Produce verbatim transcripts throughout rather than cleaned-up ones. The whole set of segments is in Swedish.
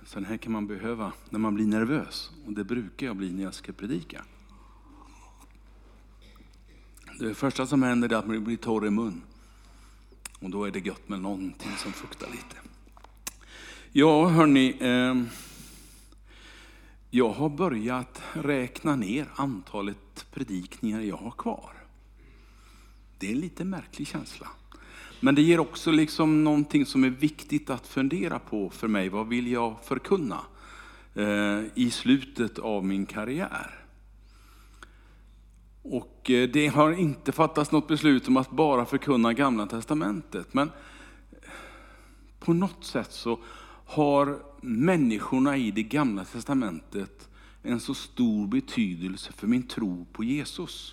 Så här kan man behöva när man blir nervös. Och det brukar jag bli när jag ska predika. Det första som händer är att man blir torr i mun. Och då är det gött med någonting som fuktar lite. Ja, hörni. Eh, jag har börjat räkna ner antalet predikningar jag har kvar. Det är en lite märklig känsla. Men det ger också liksom någonting som är viktigt att fundera på för mig. Vad vill jag förkunna eh, i slutet av min karriär? Och det har inte fattats något beslut om att bara förkunna Gamla testamentet. Men på något sätt så har människorna i det Gamla testamentet en så stor betydelse för min tro på Jesus.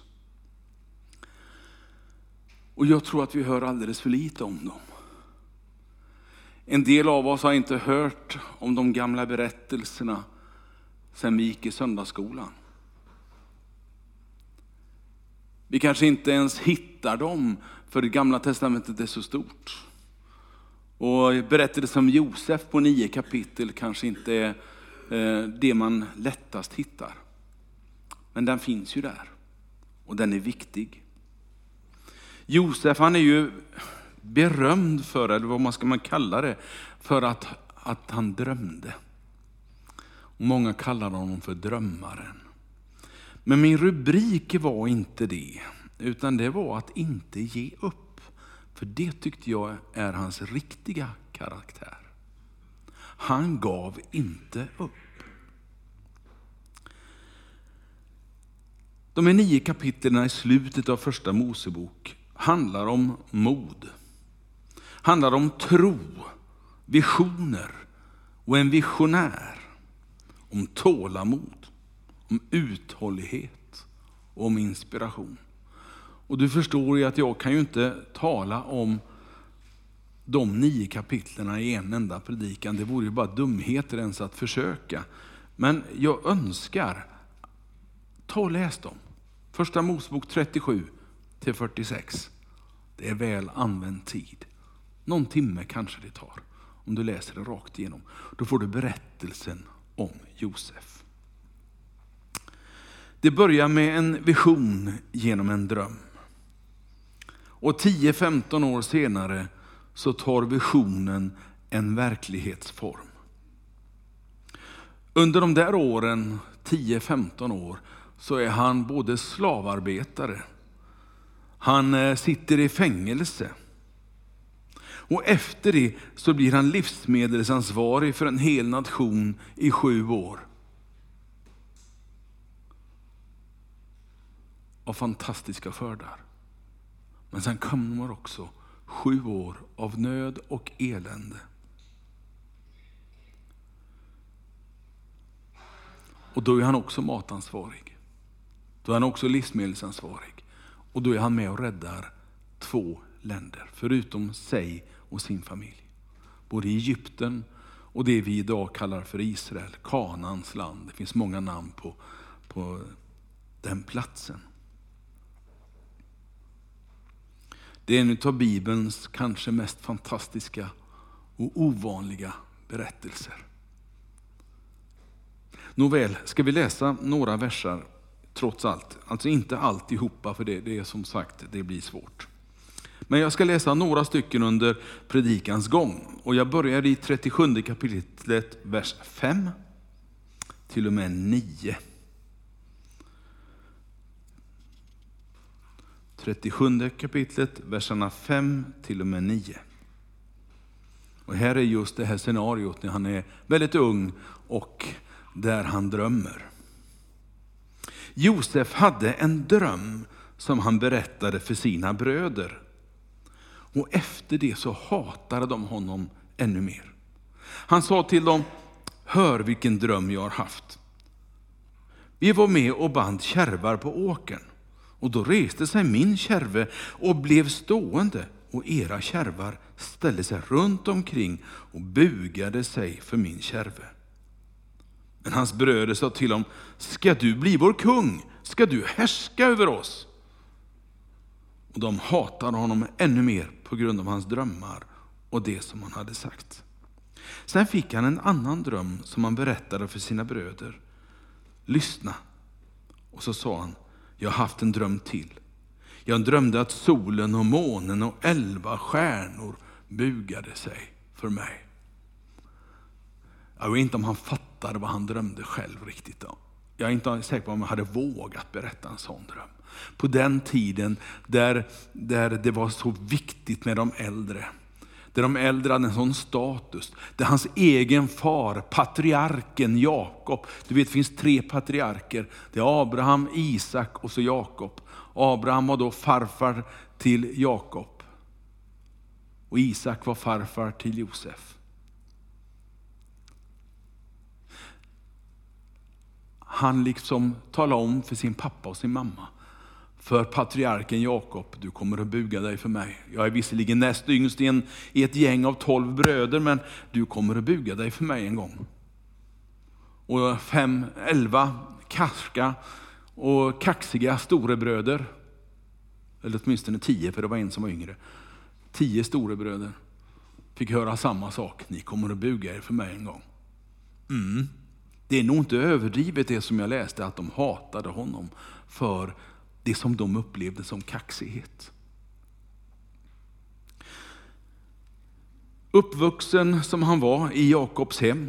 Och jag tror att vi hör alldeles för lite om dem. En del av oss har inte hört om de gamla berättelserna sedan vi gick i söndagsskolan. Vi kanske inte ens hittar dem för det Gamla testamentet är så stort. Och berättelsen om Josef på nio kapitel kanske inte är det man lättast hittar. Men den finns ju där och den är viktig. Josef, han är ju berömd för, eller vad man ska man kalla det, för att, att han drömde. Och många kallar honom för drömmaren. Men min rubrik var inte det, utan det var att inte ge upp. För det tyckte jag är hans riktiga karaktär. Han gav inte upp. De är nio kapitlen i slutet av första Mosebok handlar om mod. Handlar om tro, visioner och en visionär. Om tålamod, om uthållighet och om inspiration. Och du förstår ju att jag kan ju inte tala om de nio kapitlerna i en enda predikan. Det vore ju bara dumheter ens att försöka. Men jag önskar, ta och läs dem. Första Mosebok trettiosju till fyrtiosex. Det är väl använd tid. Någon timme kanske det tar. Om du läser det rakt igenom. Då får du berättelsen om Josef. Det börjar med en vision genom en dröm. Och tio femton år senare så tar visionen en verklighetsform. Under de där åren, tio femton år, så är han både slavarbetare. Han sitter i fängelse. Och efter det så blir han livsmedelsansvarig för en hel nation i sju år. Av fantastiska skördar. Men sen kommer också sju år av nöd och elände. Och då är han också matansvarig. Då är han också livsmedelsansvarig. Och då är han med och räddar två länder. Förutom sig och sin familj. Både Egypten och det vi idag kallar för Israel. Kanaans land. Det finns många namn på, på den platsen. Det är en av Bibelns kanske mest fantastiska och ovanliga berättelser. Nåväl, ska vi läsa några versar trots allt. Alltså inte alltihopa, för det, det är som sagt, det blir svårt. Men jag ska läsa några stycken under predikans gång. Och jag börjar i trettiosjunde kapitlet, vers fem till och med nio. trettiosjunde kapitlet, verserna fem till och med nio. Och här är just det här scenariot när han är väldigt ung och där han drömmer. Josef hade en dröm som han berättade för sina bröder. Och efter det så hatade de honom ännu mer. Han sa till dem, hör vilken dröm jag har haft. Vi var med och band kärvar på åkern. Och då reste sig min kärve och blev stående. Och era kärvar ställde sig runt omkring och bugade sig för min kärve. Men hans bröder sa till honom, ska du bli vår kung? Ska du härska över oss? Och de hatade honom ännu mer på grund av hans drömmar och det som han hade sagt. Sen fick han en annan dröm som han berättade för sina bröder. Lyssna. Och så sa han, jag har haft en dröm till. Jag drömde att solen och månen och elva stjärnor bugade sig för mig. Jag vet inte om han fattade vad han drömde själv riktigt då. Jag är inte säker på om jag hade vågat berätta en sån dröm. På den tiden där, där det var så viktigt med de äldre. Där de äldre hade en sån status. Där hans egen far, patriarken Jakob. Du vet det finns tre patriarker. Det är Abraham, Isak och så Jakob. Abraham var då farfar till Jakob. Och Isak var farfar till Josef. Han liksom talade om för sin pappa och sin mamma. För patriarken Jakob, du kommer att buga dig för mig. Jag är visserligen näst yngst i, en, i ett gäng av tolv bröder, men du kommer att buga dig för mig en gång. Och fem, elva karska och kaxiga storebröder, eller åtminstone tio, för det var en som var yngre. Tio storebröder fick höra samma sak. Ni kommer att buga er för mig en gång. Mm. Det är nog inte överdrivet det som jag läste, att de hatade honom för det som de upplevde som kaxighet. Uppvuxen som han var i Jakobs hem.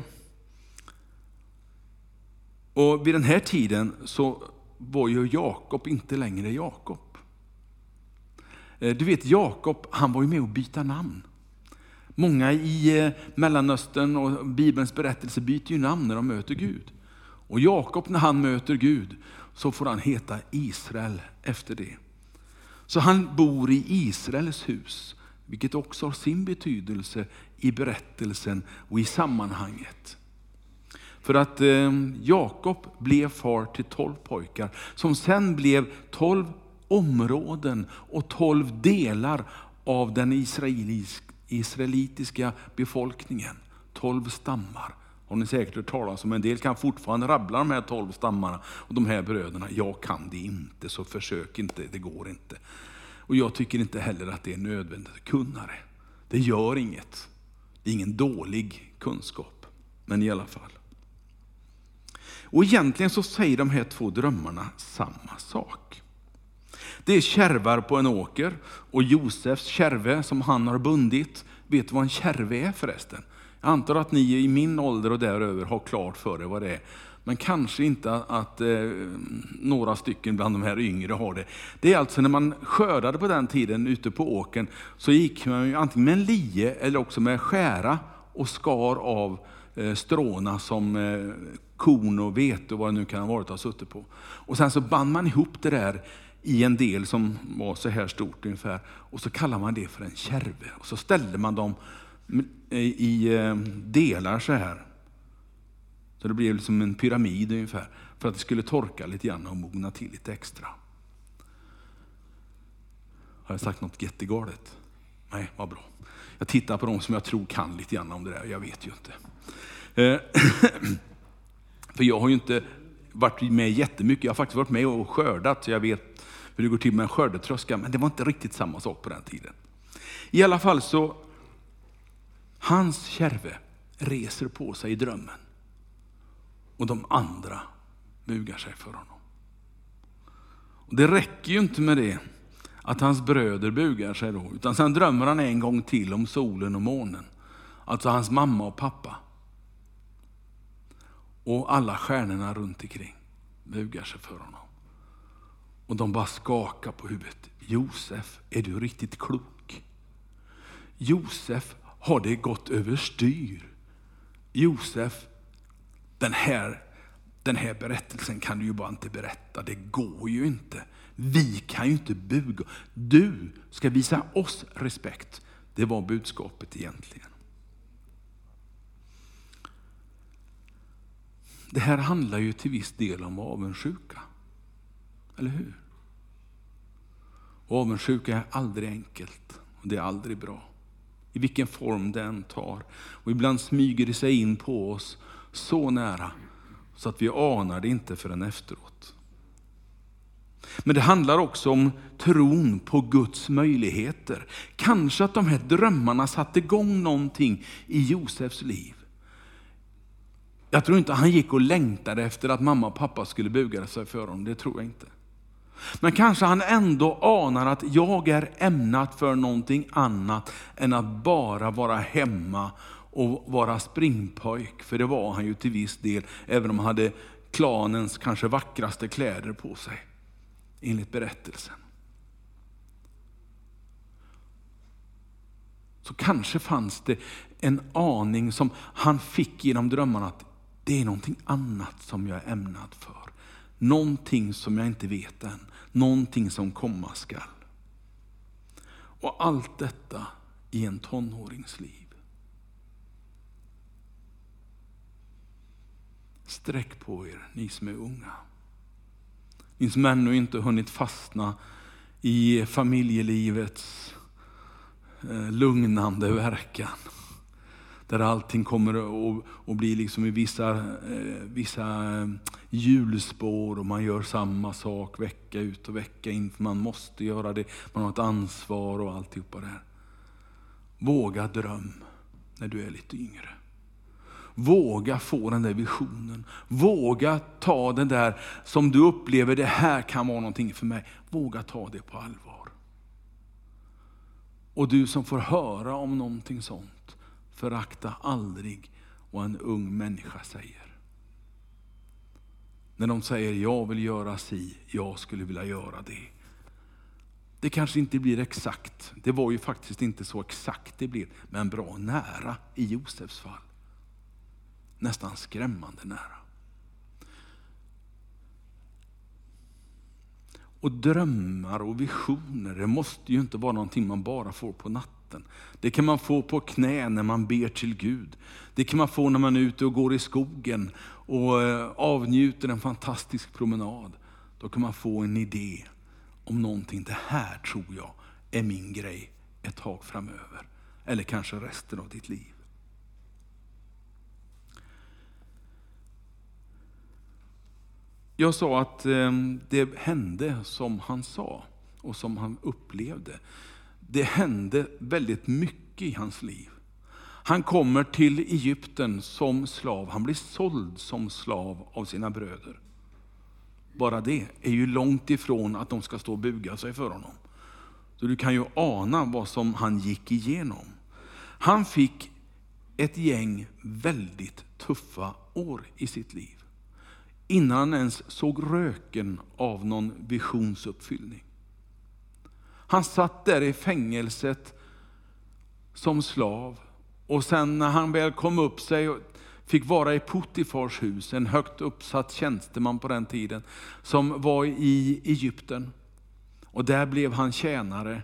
Och vid den här tiden så var ju Jakob inte längre Jakob. Du vet, Jakob, han var ju med att byta namn. Många i Mellanöstern och Bibelns berättelse byter ju namn när de möter Gud. Och Jakob, när han möter Gud, så får han heta Israel efter det. Så han bor i Israels hus, vilket också har sin betydelse i berättelsen och i sammanhanget. För att eh, Jakob blev far till tolv pojkar, som sen blev tolv områden och tolv delar av den israelisk, israelitiska befolkningen. Tolv stammar. Har ni säkert hört talas om. En del kan fortfarande rabbla de här tolv stammarna och de här bröderna. Jag kan det inte, så försök inte, det går inte. Och jag tycker inte heller att det är nödvändigt att kunna det. Det gör inget. Det är ingen dålig kunskap, men i alla fall. Och egentligen så säger de här två drömmarna samma sak. Det är kärvar på en åker, och Josefs kärve som han har bundit. Vet du vad en kärve är förresten? Jag antar att ni i min ålder och däröver har klart för er vad det är. Men kanske inte att eh, några stycken bland de här yngre har det. Det är alltså när man skördade på den tiden ute på åkern, så gick man ju antingen med en lie eller också med skära och skar av eh, stråna som eh, korn och vete och vad det nu kan ha varit att suttit på. Och sen så band man ihop det där i en del som var så här stort ungefär. Och så kallar man det för en kärve. Och så ställde man dem i delar så här. Så det blev liksom en pyramid ungefär. För att det skulle torka lite grann och mogna till lite extra. Har jag sagt något jättegalet? Nej, vad bra. Jag tittar på dem som jag tror kan lite grann om det där. Jag vet ju inte. För jag har ju inte varit med jättemycket. Jag har faktiskt varit med och skördat. Så jag vet hur det går till med en skördetröska. Men det var inte riktigt samma sak på den tiden. I alla fall så. Hans kärve reser på sig i drömmen. Och de andra bugar sig för honom. Och det räcker ju inte med det. Att hans bröder bugar sig då. Utan sen drömmer han en gång till om solen och månen. Alltså hans mamma och pappa. Och alla stjärnorna runt omkring bugar sig för honom. Och de bara skakar på huvudet. Josef, är du riktigt klok? Josef, har det gått överstyr? Josef, den här, den här berättelsen kan du ju bara inte berätta. Det går ju inte. Vi kan ju inte buga. Du ska visa oss respekt. Det var budskapet egentligen. Det här handlar ju till viss del om avundsjuka. Eller hur? Och avundsjuka är aldrig enkelt. Och det är aldrig bra. I vilken form den tar. Och ibland smyger det sig in på oss så nära. Så att vi anar det inte förrän efteråt. Men det handlar också om tron på Guds möjligheter. Kanske att de här drömmarna satte igång någonting i Josefs liv. Jag tror inte han gick och längtade efter att mamma och pappa skulle buga sig för honom. Det tror jag inte. Men kanske han ändå anar att jag är ämnat för någonting annat än att bara vara hemma och vara springpojk. För det var han ju till viss del, även om han hade klanens kanske vackraste kläder på sig, enligt berättelsen. Så kanske fanns det en aning som han fick genom drömmarna att det är någonting annat som jag är ämnad för. Någonting som jag inte vet än. Någonting som komma skall. Och allt detta i en tonårings liv. Sträck på er, ni som är unga. Ni som ännu inte hunnit fastna i familjelivets eh, lugnande verkan. Där allting kommer att, att bli liksom i vissa, eh, vissa hjulspår och man gör samma sak vecka ut och vecka in. För man måste göra det, man har ett ansvar och alltihopa där. Våga dröm när du är lite yngre. Våga få den där visionen. Våga ta den där som du upplever, det här kan vara någonting för mig. Våga ta det på allvar. Och du som får höra om någonting sånt, förakta aldrig vad en ung människa säger. När de säger jag vill göra si, jag skulle vilja göra det. Det kanske inte blir exakt. Det var ju faktiskt inte så exakt det blev, men bra nära i Josefs fall. Nästan skrämmande nära. Och drömmar och visioner, det måste ju inte vara någonting man bara får på natten. Det kan man få på knä när man ber till Gud. Det kan man få när man är ute och går i skogen och avnjuter en fantastisk promenad. Då kan man få en idé om någonting. Det här tror jag är min grej ett tag framöver. Eller kanske resten av ditt liv. Jag sa att det hände som han sa och som han upplevde. Det hände väldigt mycket i hans liv. Han kommer till Egypten som slav. Han blir såld som slav av sina bröder. Bara det är ju långt ifrån att de ska stå och buga sig för honom. Så du kan ju ana vad som han gick igenom. Han fick ett gäng väldigt tuffa år i sitt liv. Innan han ens såg röken av någon visionsuppfyllning. Han satt där i fängelset som slav. Och sen när han väl kom upp sig och fick vara i Potifars hus, en högt uppsatt tjänsteman på den tiden, som var i Egypten. Och där blev han tjänare.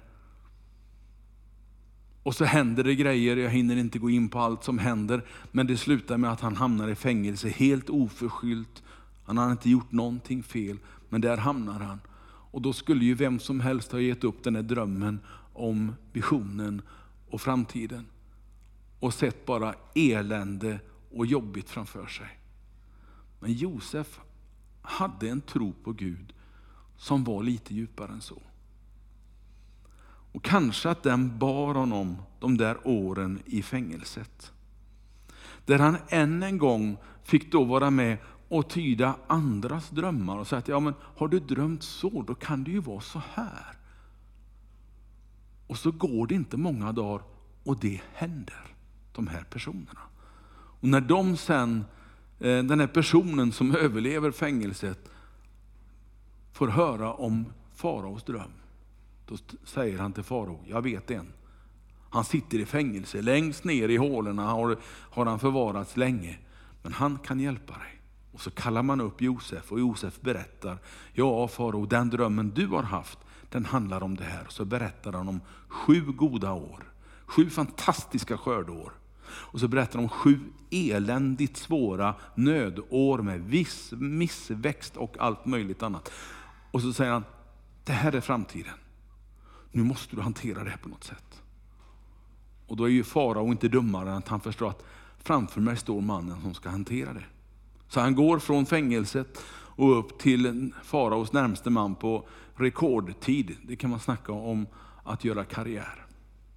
Och så händer det grejer, jag hinner inte gå in på allt som händer. Men det slutar med att han hamnar i fängelse helt oförskyllt. Han har inte gjort någonting fel, men där hamnar han. Och då skulle ju vem som helst ha gett upp den här drömmen om visionen och framtiden. Och sett bara elände och jobbigt framför sig. Men Josef hade en tro på Gud som var lite djupare än så. Och kanske att den bar honom de där åren i fängelset. Där han än en gång fick då vara med och tyda andras drömmar och säga att ja, men har du drömt så, då kan det ju vara så här. Och så går det inte många dagar och det händer, de här personerna. Och när de sen, den här personen som överlever fängelset får höra om faraos dröm, då säger han till farao, jag vet en. Han sitter i fängelse, längst ner i hålorna har, har han förvarats länge. Men han kan hjälpa dig. Och så kallar man upp Josef och Josef berättar, ja farao, den drömmen du har haft, den handlar om det här. Så berättar han om sju goda år, sju fantastiska skördår. Och så berättar han om sju eländigt svåra nödår med viss missväxt och allt möjligt annat. Och så säger han, det här är framtiden. Nu måste du hantera det här på något sätt. Och då är ju farao inte dummare än att han förstår att framför mig står mannen som ska hantera det. Så han går från fängelset och upp till faraos närmaste man på rekordtid. Det kan man snacka om att göra karriär.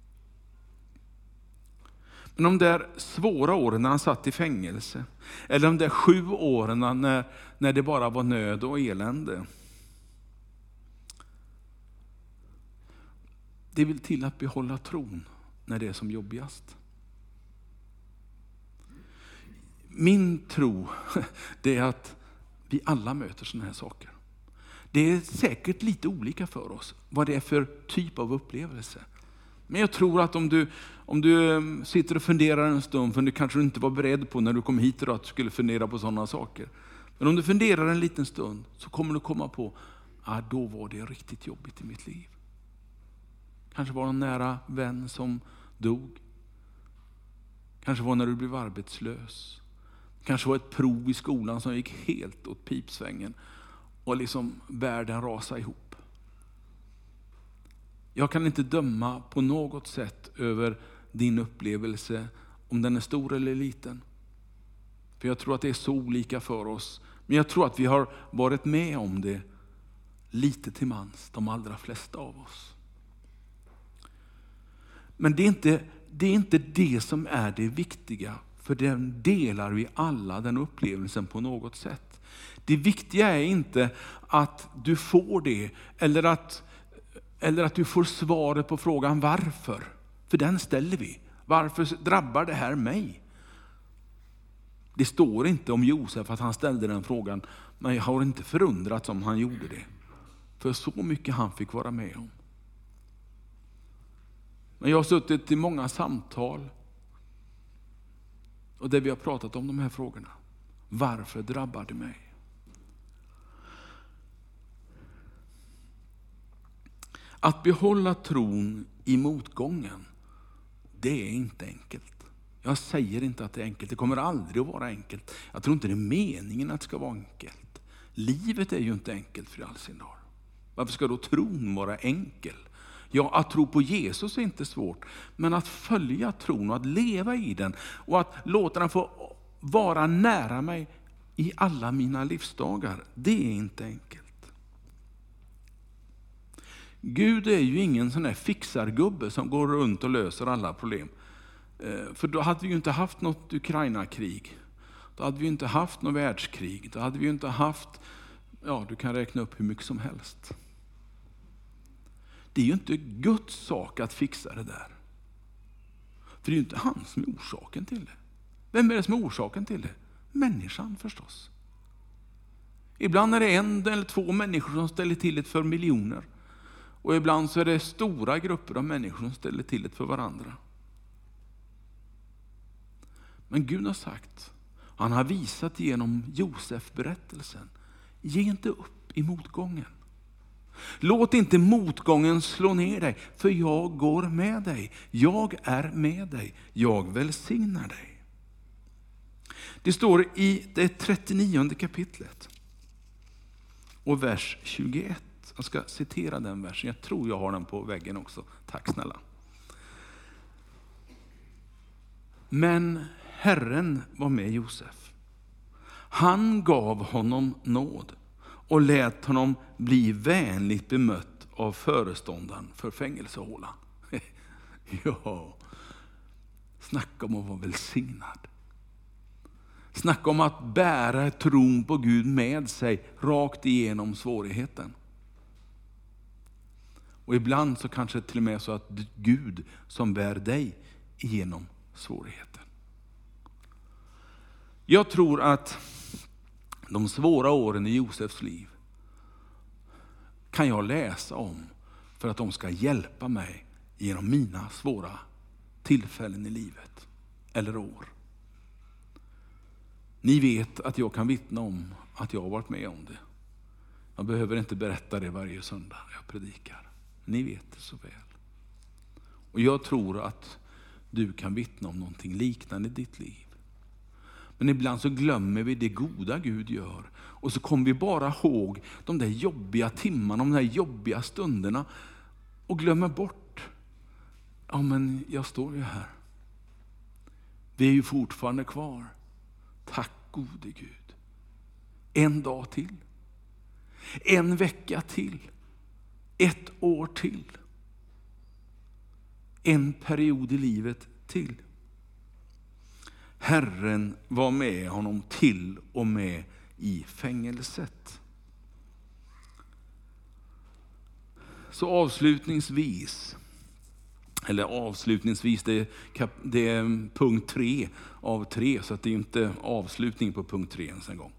Men de där svåra åren när han satt i fängelse, eller de där sju åren när, när det bara var nöd och elände. Det vill till att behålla tron när det är som jobbigast. Min tro, det är att vi alla möter sådana här saker. Det är säkert lite olika för oss vad det är för typ av upplevelse. Men jag tror att om du, om du sitter och funderar en stund, för du kanske inte var beredd på när du kom hit idag att du skulle fundera på sådana saker. Men om du funderar en liten stund så kommer du komma på att ah, då var det riktigt jobbigt i mitt liv. Kanske var det en nära vän som dog. Kanske var när du blev arbetslös. Kanske var ett prov i skolan som gick helt åt pipsvängen och liksom världen rasade ihop. Jag kan inte döma på något sätt över din upplevelse, om den är stor eller liten. För jag tror att det är så olika för oss. Men jag tror att vi har varit med om det lite till mans, de allra flesta av oss. Men det är inte det, är inte det som är det viktiga. För den delar vi alla, den upplevelsen på något sätt. Det viktiga är inte att du får det, eller att, eller att du får svaret på frågan varför. För den ställer vi. Varför drabbar det här mig? Det står inte om Josef att han ställde den frågan, men jag har inte förundrats om han gjorde det. För så mycket han fick vara med om. Men jag har suttit i många samtal och där vi har pratat om de här frågorna. Varför drabbar det mig? Att behålla tron i motgången, det är inte enkelt. Jag säger inte att det är enkelt. Det kommer aldrig att vara enkelt. Jag tror inte det är meningen att det ska vara enkelt. Livet är ju inte enkelt för all sin dag. Varför ska då tron vara enkel? Ja, att tro på Jesus är inte svårt. Men att följa tron och att leva i den och att låta den få vara nära mig i alla mina livsdagar, det är inte enkelt. Gud är ju ingen sån här fixargubbe som går runt och löser alla problem. För då hade vi ju inte haft något Ukraina-krig. Då hade vi inte haft något världskrig. Då hade vi inte haft, ja, du kan räkna upp hur mycket som helst. Det är ju inte Guds sak att fixa det där. För det är ju inte han som är orsaken till det. Vem är det som är orsaken till det? Människan förstås. Ibland är det en eller två människor som ställer till det för miljoner. Och ibland så är det stora grupper av människor som ställer till det för varandra. Men Gud har sagt, han har visat genom Josef-berättelsen, ge inte upp i motgången. Låt inte motgången slå ner dig, för jag går med dig. Jag är med dig. Jag välsignar dig. Det står i det trettionionde kapitlet och vers tjugoett. Jag ska citera den versen. Jag tror jag har den på väggen också. Tack snälla. Men Herren var med Josef. Han gav honom nåd och lät honom bli vänligt bemött av föreståndaren för fängelsehålan. Ja, snacka om att vara välsignad. Snacka om att bära tron på Gud med sig rakt igenom svårigheten. Och ibland så kanske till och med så att Gud som bär dig igenom svårigheten. Jag tror att de svåra åren i Josefs liv kan jag läsa om för att de ska hjälpa mig genom mina svåra tillfällen i livet eller år. Ni vet att jag kan vittna om att jag har varit med om det. Jag behöver inte berätta det varje söndag jag predikar. Ni vet det så väl. Och jag tror att du kan vittna om någonting liknande i ditt liv. Men ibland så glömmer vi det goda Gud gör. Och så kommer vi bara ihåg de där jobbiga timmarna, de där jobbiga stunderna. Och glömmer bort. Ja, men jag står ju här. Vi är ju fortfarande kvar. Tack gode Gud. En dag till. En vecka till. Ett år till. En period i livet till. Herren var med honom till och med i fängelset. Så avslutningsvis, eller avslutningsvis, det är, kap, det är punkt tre av tre, så att det är inte avslutning på punkt tre ens en gång.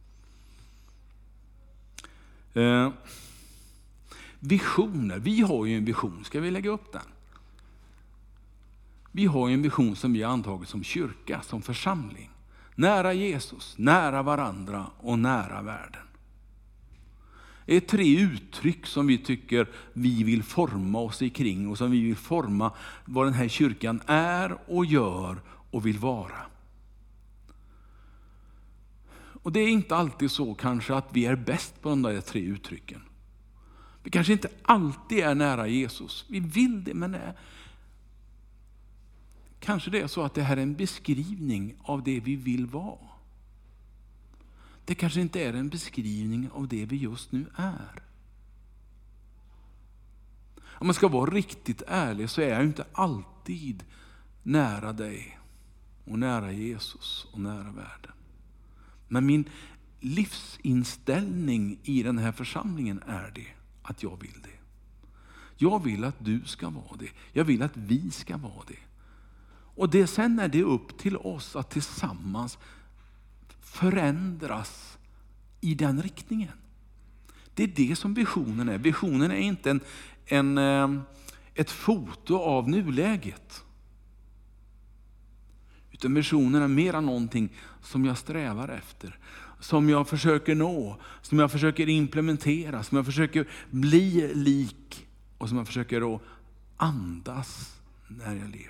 Eh, visioner, vi har ju en vision, ska vi lägga upp den? Vi har ju en vision som vi har antagit som kyrka, som församling. Nära Jesus, nära varandra och nära världen. Det är tre uttryck som vi tycker vi vill forma oss kring och som vi vill forma vad den här kyrkan är och gör och vill vara. Och det är inte alltid så kanske att vi är bäst på de där tre uttrycken. Vi kanske inte alltid är nära Jesus. Vi vill det, men är... kanske det är så att det här är en beskrivning av det vi vill vara. Det kanske inte är en beskrivning av det vi just nu är. Om man ska vara riktigt ärlig så är jag inte alltid nära dig och nära Jesus och nära världen. Men min livsinställning i den här församlingen är det att jag vill det. Jag vill att du ska vara det. Jag vill att vi ska vara det. Och det, sen är det upp till oss att tillsammans förändras i den riktningen. Det är det som visionen är. Visionen är inte en, en, ett foto av nuläget. Utan visionen är mera någonting som jag strävar efter. Som jag försöker nå. Som jag försöker implementera. Som jag försöker bli lik. Och som jag försöker då andas när jag lever.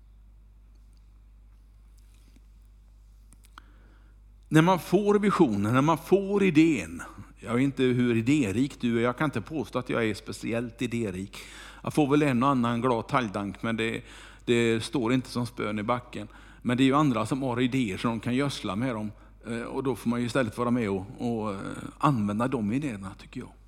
När man får visionen, när man får idén. Jag vet inte hur idérik du är. Jag kan inte påstå att jag är speciellt idérik. Jag får väl en och annan glad talgdank, men det, det står inte som spön i backen. Men det är ju andra som har idéer så de kan gödsla med dem. Och då får man ju istället vara med och, och använda de idéerna, tycker jag.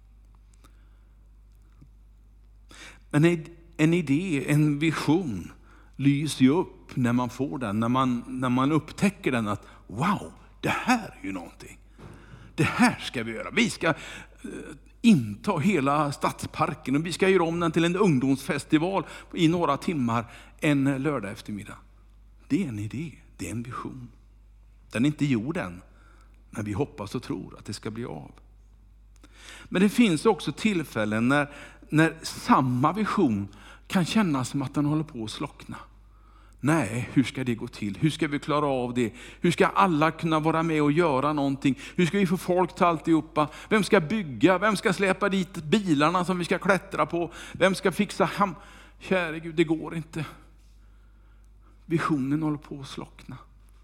Men en idé, en vision lyser ju upp när man får den. När man, när man upptäcker den att wow, det här är ju någonting. Det här ska vi göra. Vi ska inta hela stadsparken och vi ska göra om den till en ungdomsfestival i några timmar en lördag eftermiddag. Det är en idé, det är en vision. Den är inte gjord än, men vi hoppas och tror att det ska bli av. Men det finns också tillfällen när, när samma vision kan kännas som att den håller på att slockna. Nej, hur ska det gå till? Hur ska vi klara av det? Hur ska alla kunna vara med och göra någonting? Hur ska vi få folk till alltihopa? Vem ska bygga? Vem ska släpa dit bilarna som vi ska klättra på? Vem ska fixa ham? Käre Gud, det går inte. Visionen håller på att slockna.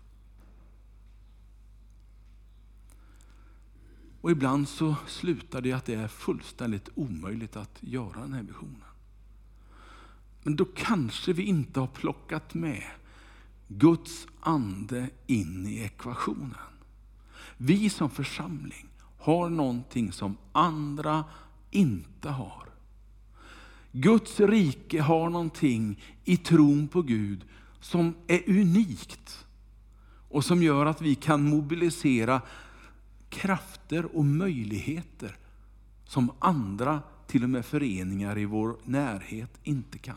Och ibland så slutar det att det är fullständigt omöjligt att göra den här visionen. Men då kanske vi inte har plockat med Guds ande in i ekvationen. Vi som församling har någonting som andra inte har. Guds rike har någonting i tron på Gud som är unikt. Och som gör att vi kan mobilisera krafter och möjligheter som andra, till och med föreningar i vår närhet, inte kan.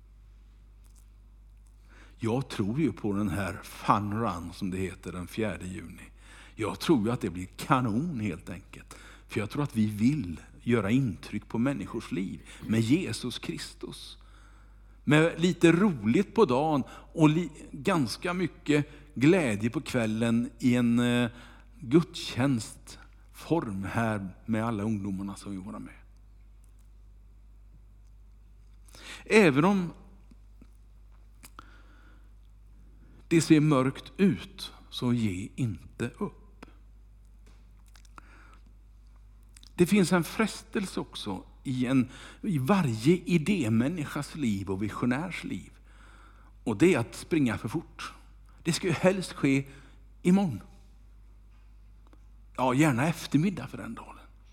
Jag tror ju på den här Fun Run som det heter den fjärde juni. Jag tror ju att det blir kanon helt enkelt. För jag tror att vi vill göra intryck på människors liv med Jesus Kristus. Med lite roligt på dagen och li- ganska mycket glädje på kvällen i en eh, gudstjänstform här med alla ungdomarna som vill vara med. Även om det ser mörkt ut, så ge inte upp. Det finns en frestelse också i, en, i varje idémänniskas liv och visionärs liv. Och det är att springa för fort. Det ska ju helst ske imorgon. Ja, gärna eftermiddag för den dagen.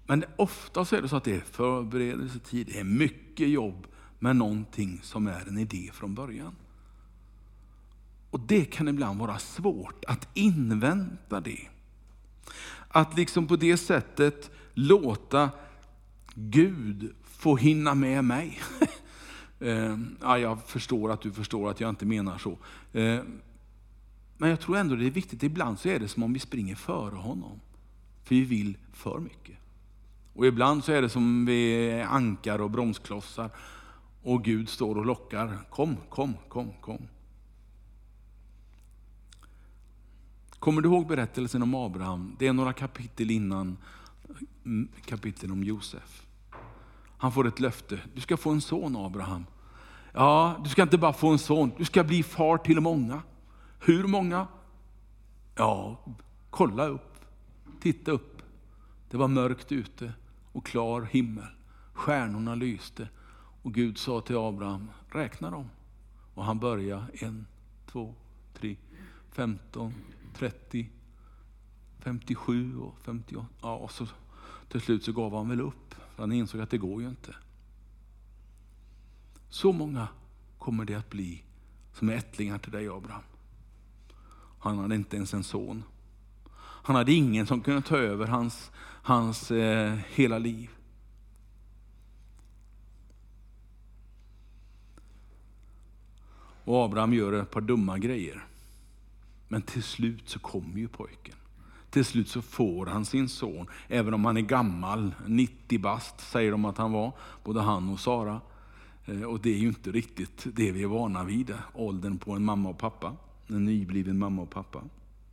Men ofta så är det så att det är förberedelsetid, det är mycket jobb med någonting som är en idé från början. Och det kan ibland vara svårt att invänta det. Att liksom på det sättet låta Gud få hinna med mig. ja, jag förstår att du förstår att jag inte menar så. Men jag tror ändå det är viktigt. Ibland så är det som om vi springer före honom. För vi vill för mycket. Och ibland så är det som vi är ankar och bromsklossar. Och Gud står och lockar. Kom, kom, kom, kom. Kommer du ihåg berättelsen om Abraham? Det är några kapitel innan kapiteln om Josef. Han får ett löfte. Du ska få en son, Abraham. Ja, du ska inte bara få en son. Du ska bli far till många. Hur många? Ja, kolla upp. Titta upp. Det var mörkt ute och klar himmel. Stjärnorna lyste. Och Gud sa till Abraham, räkna dem. Och han började en, två, tre, femton, trettio, femtiosju och femtioåtta. Ja, och så till slut så gav han väl upp. För han insåg att det går ju inte. Så många kommer det att bli som är ättlingar till dig, Abraham. Han hade inte ens en son. Han hade ingen som kunde ta över hans, hans eh, hela liv. Och Abraham gör ett par dumma grejer. Men till slut så kommer ju pojken. Till slut så får han sin son. Även om han är gammal, nittio bast säger de att han var. Både han och Sara. Och det är ju inte riktigt det vi är vana vid. Åldern på en mamma och pappa. En nybliven mamma och pappa.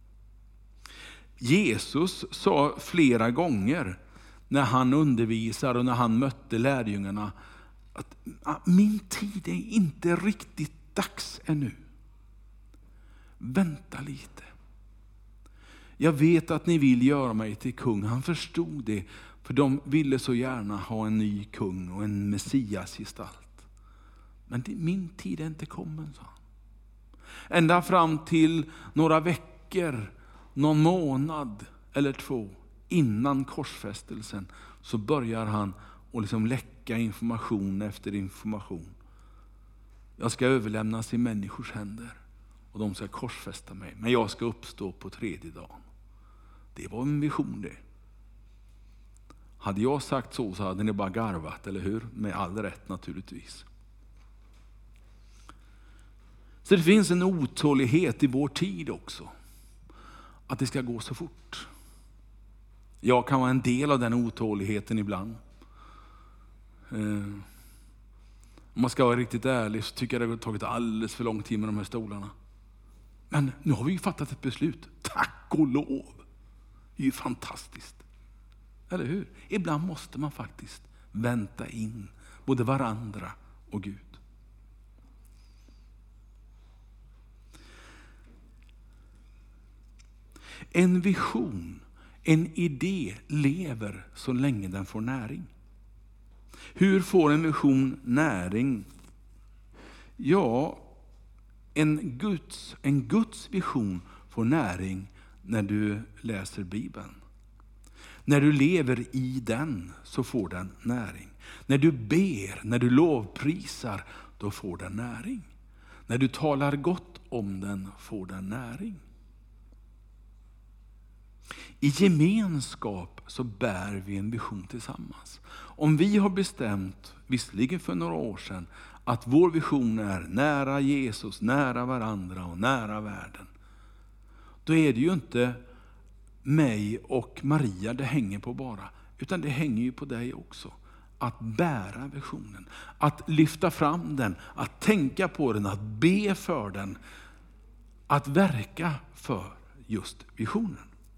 Jesus sa flera gånger när han undervisar och när han mötte lärjungarna att min tid är inte riktigt dags ännu. Vänta lite. Jag vet att ni vill göra mig till kung. Han förstod det. För de ville så gärna ha en ny kung och en messiasgestalt. Men det, min tid är inte kommen, sa han. Ända fram till några veckor, någon månad eller två innan korsfästelsen så börjar han att liksom läcka information efter information. Jag ska överlämnas i människors händer och de ska korsfästa mig. Men jag ska uppstå på tredje dagen. Det var en vision det. Hade jag sagt så så hade ni bara garvat, eller hur? Med all rätt naturligtvis. Så det finns en otålighet i vår tid också. Att det ska gå så fort. Jag kan vara en del av den otåligheten ibland. Om man ska vara riktigt ärlig så tycker jag det har tagit alldeles för lång tid med de här stolarna. Men nu har vi ju fattat ett beslut. Tack och lov. Det är ju fantastiskt. Eller hur? Ibland måste man faktiskt vänta in både varandra och Gud. En vision, en idé lever så länge den får näring. Hur får en vision näring? Ja, en Guds, en Guds vision får näring när du läser Bibeln. När du lever i den så får den näring. När du ber, när du lovprisar, då får den näring. När du talar gott om den får den näring. I gemenskap så bär vi en vision tillsammans. Om vi har bestämt, visserligen för några år sedan, att vår vision är nära Jesus, nära varandra och nära världen. Då är det ju inte mig och Maria det hänger på bara. Utan det hänger ju på dig också. Att bära visionen. Att lyfta fram den. Att tänka på den. Att be för den. Att verka för just visionen.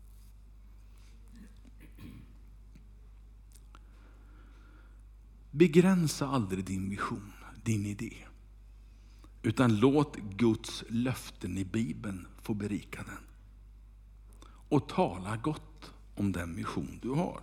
Begränsa aldrig din vision, din idé. Utan låt Guds löften i Bibeln få berika den. Och tala gott om den vision du har.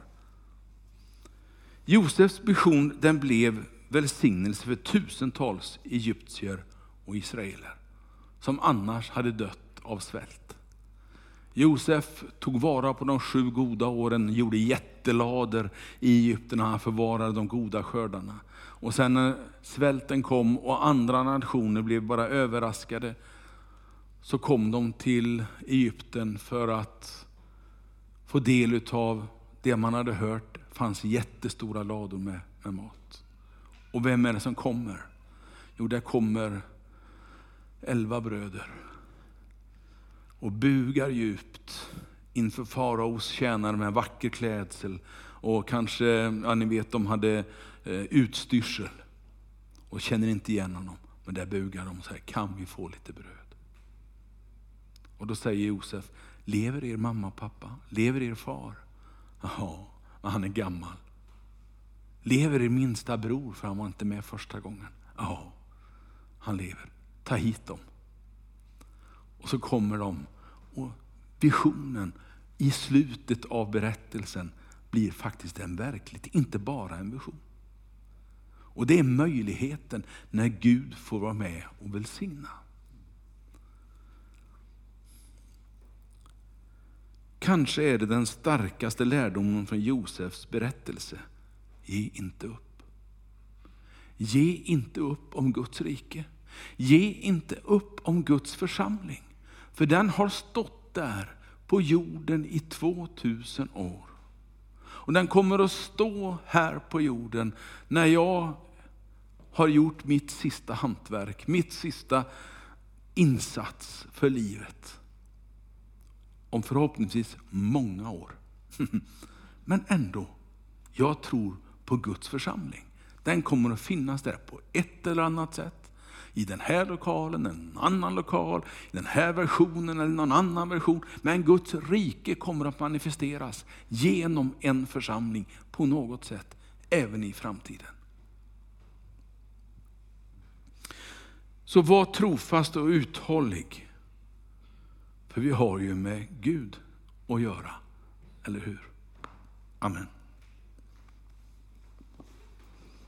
Josefs vision den blev välsignelse för tusentals egyptier och israeler. Som annars hade dött av svält. Josef tog vara på de sju goda åren, gjorde jättelader i Egypten, han förvarade de goda skördarna. Och sen när svälten kom och andra nationer blev bara överraskade, så kom de till Egypten för att få del av det man hade hört. Det fanns jättestora lador med, med mat. Och vem är det som kommer? Jo, där kommer elva bröder och bugar djupt inför faraos tjänare med vacker klädsel. Och kanske, ja ni vet, de hade eh, utstyrsel och känner inte igen honom. Men där bugar de och säger, kan vi få lite bröd? Och då säger Josef, lever er mamma och pappa? Lever er far? Jaha, han är gammal. Lever er minsta bror, för han var inte med första gången? Ja, han lever. Ta hit dem. Och så kommer de, och visionen i slutet av berättelsen blir faktiskt en verklighet, inte bara en vision. Och det är möjligheten när Gud får vara med och välsigna. Kanske är det den starkaste lärdomen från Josefs berättelse. Ge inte upp. Ge inte upp om Guds rike. Ge inte upp om Guds församling. För den har stått där på jorden i tvåtusen år. Och den kommer att stå här på jorden när jag har gjort mitt sista hantverk, mitt sista insats för livet. Om förhoppningsvis många år. Men ändå, jag tror på Guds församling. Den kommer att finnas där på ett eller annat sätt. I den här lokalen, en annan lokal, i den här versionen eller någon annan version. Men Guds rike kommer att manifesteras genom en församling på något sätt, även i framtiden. Så var trofast och uthållig. För vi har ju med Gud att göra, eller hur? Amen.